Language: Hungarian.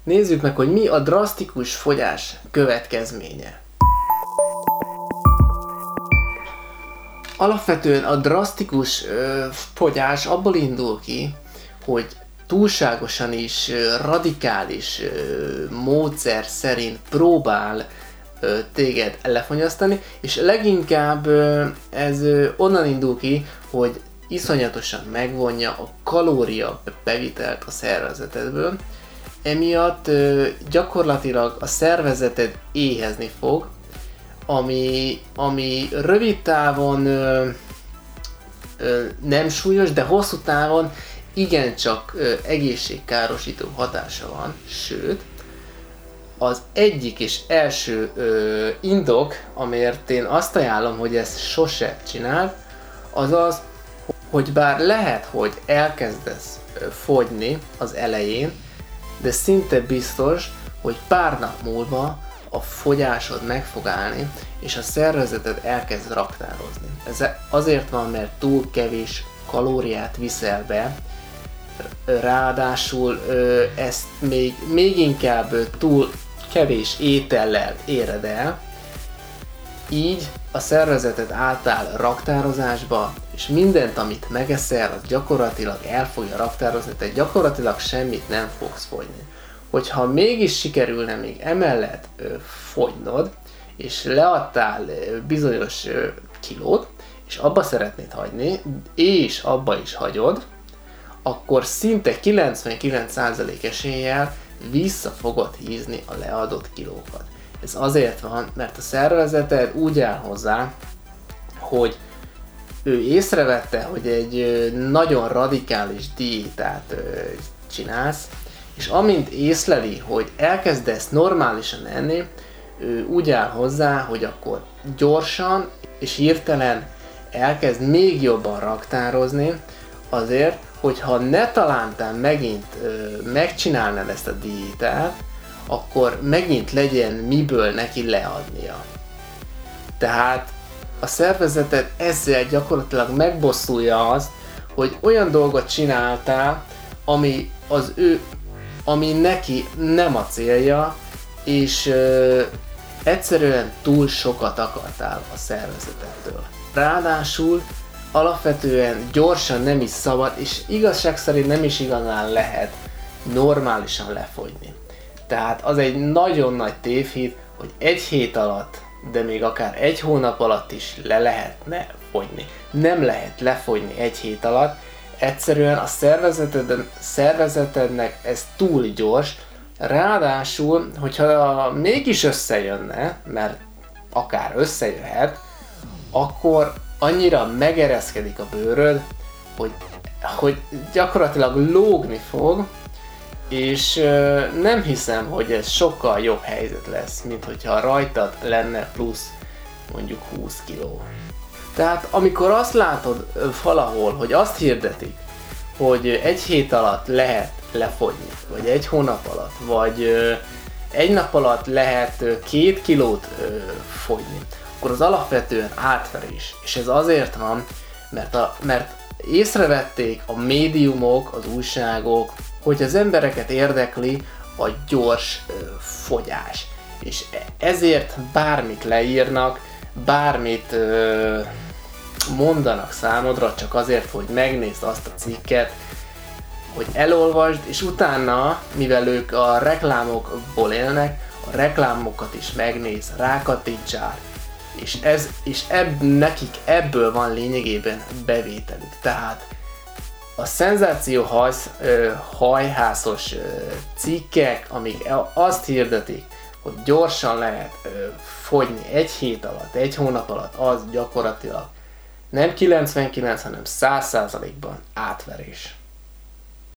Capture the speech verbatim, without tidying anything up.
Nézzük meg, hogy mi a drasztikus fogyás következménye. Alapvetően a drasztikus ö, fogyás abból indul ki, hogy túlságosan is ö, radikális ö, módszer szerint próbál ö, téged lefogyasztani, és leginkább ö, ez ö, onnan indul ki, hogy iszonyatosan megvonja a kalória bevitelt a szervezetedből, emiatt ö, gyakorlatilag a szervezeted éhezni fog, ami, ami rövid távon ö, ö, nem súlyos, de hosszú távon igencsak ö, egészségkárosító hatása van, sőt, az egyik és első ö, indok, amiért én azt ajánlom, hogy ezt sose csináld, az az, hogy bár lehet, hogy elkezdesz ö, fogyni az elején, de szinte biztos, hogy pár nap múlva a fogyásod meg fog állni, és a szervezeted elkezd raktározni. Ez azért van, mert túl kevés kalóriát viszel be, ráadásul ezt még, még inkább túl kevés étellel éred el, így a szervezeted átáll raktározásba, és mindent, amit megeszel, az gyakorlatilag el fogja raktározni, tehát gyakorlatilag semmit nem fogsz fogyni. Hogyha mégis sikerülne még emellett ö, fogynod, és leadtál ö, bizonyos ö, kilót, és abba szeretnéd hagyni, és abba is hagyod, akkor szinte kilencvenkilenc százalék eséllyel vissza fogod hízni a leadott kilókat. Ez azért van, mert a szervezeted úgy áll hozzá, hogy ő észrevette, hogy egy ö, nagyon radikális diétát ö, csinálsz, és amint észleli, hogy elkezdesz normálisan enni, ő úgy áll hozzá, hogy akkor gyorsan és hirtelen elkezd még jobban raktározni, azért, hogyha ne talántán megint ö, megcsinálnád ezt a diétát, akkor megint legyen miből neki leadnia. Tehát a szervezeted ezzel gyakorlatilag megbosszulja azt, hogy olyan dolgot csináltál, ami az ő ami neki nem a célja, és ö, egyszerűen túl sokat akartál a szervezetettől. Ráadásul alapvetően gyorsan nem is szabad, és igazság szerint nem is igazán lehet normálisan lefogyni. Tehát az egy nagyon nagy tévhit, hogy egy hét alatt, de még akár egy hónap alatt is le lehetne fogyni. Nem lehet lefogyni egy hét alatt, egyszerűen a szervezeted, szervezetednek ez túl gyors, ráadásul, hogyha mégis összejönne, mert akár összejöhet, akkor annyira megereszkedik a bőröd, hogy, hogy gyakorlatilag lógni fog, és euh, nem hiszem, hogy ez sokkal jobb helyzet lesz, mint hogyha rajtad lenne plusz mondjuk húsz kiló. Tehát amikor azt látod valahol, hogy azt hirdetik, hogy egy hét alatt lehet lefogyni, vagy egy hónap alatt, vagy ö, egy nap alatt lehet ö, két kilót ö, fogyni, akkor az alapvetően átverés. És ez azért van, mert, a, mert észrevették a médiumok, az újságok, hogy az embereket érdekli a gyors ö, fogyás. És ezért bármit leírnak, bármit ö, mondanak számodra, csak azért, hogy megnézd azt a cikket, hogy elolvasd, és utána, mivel ők a reklámokból élnek, a reklámokat is megnéz, rákattintsál, és, ez, és ebb, nekik ebből van lényegében bevételük. Tehát a szenzáció hajsz, ö, hajhászos ö, cikkek, amik azt hirdetik, hogy gyorsan lehet ö, fogyni egy hét alatt, egy hónap alatt, az gyakorlatilag nem kilencvenkilenc, hanem száz százalékban átverés.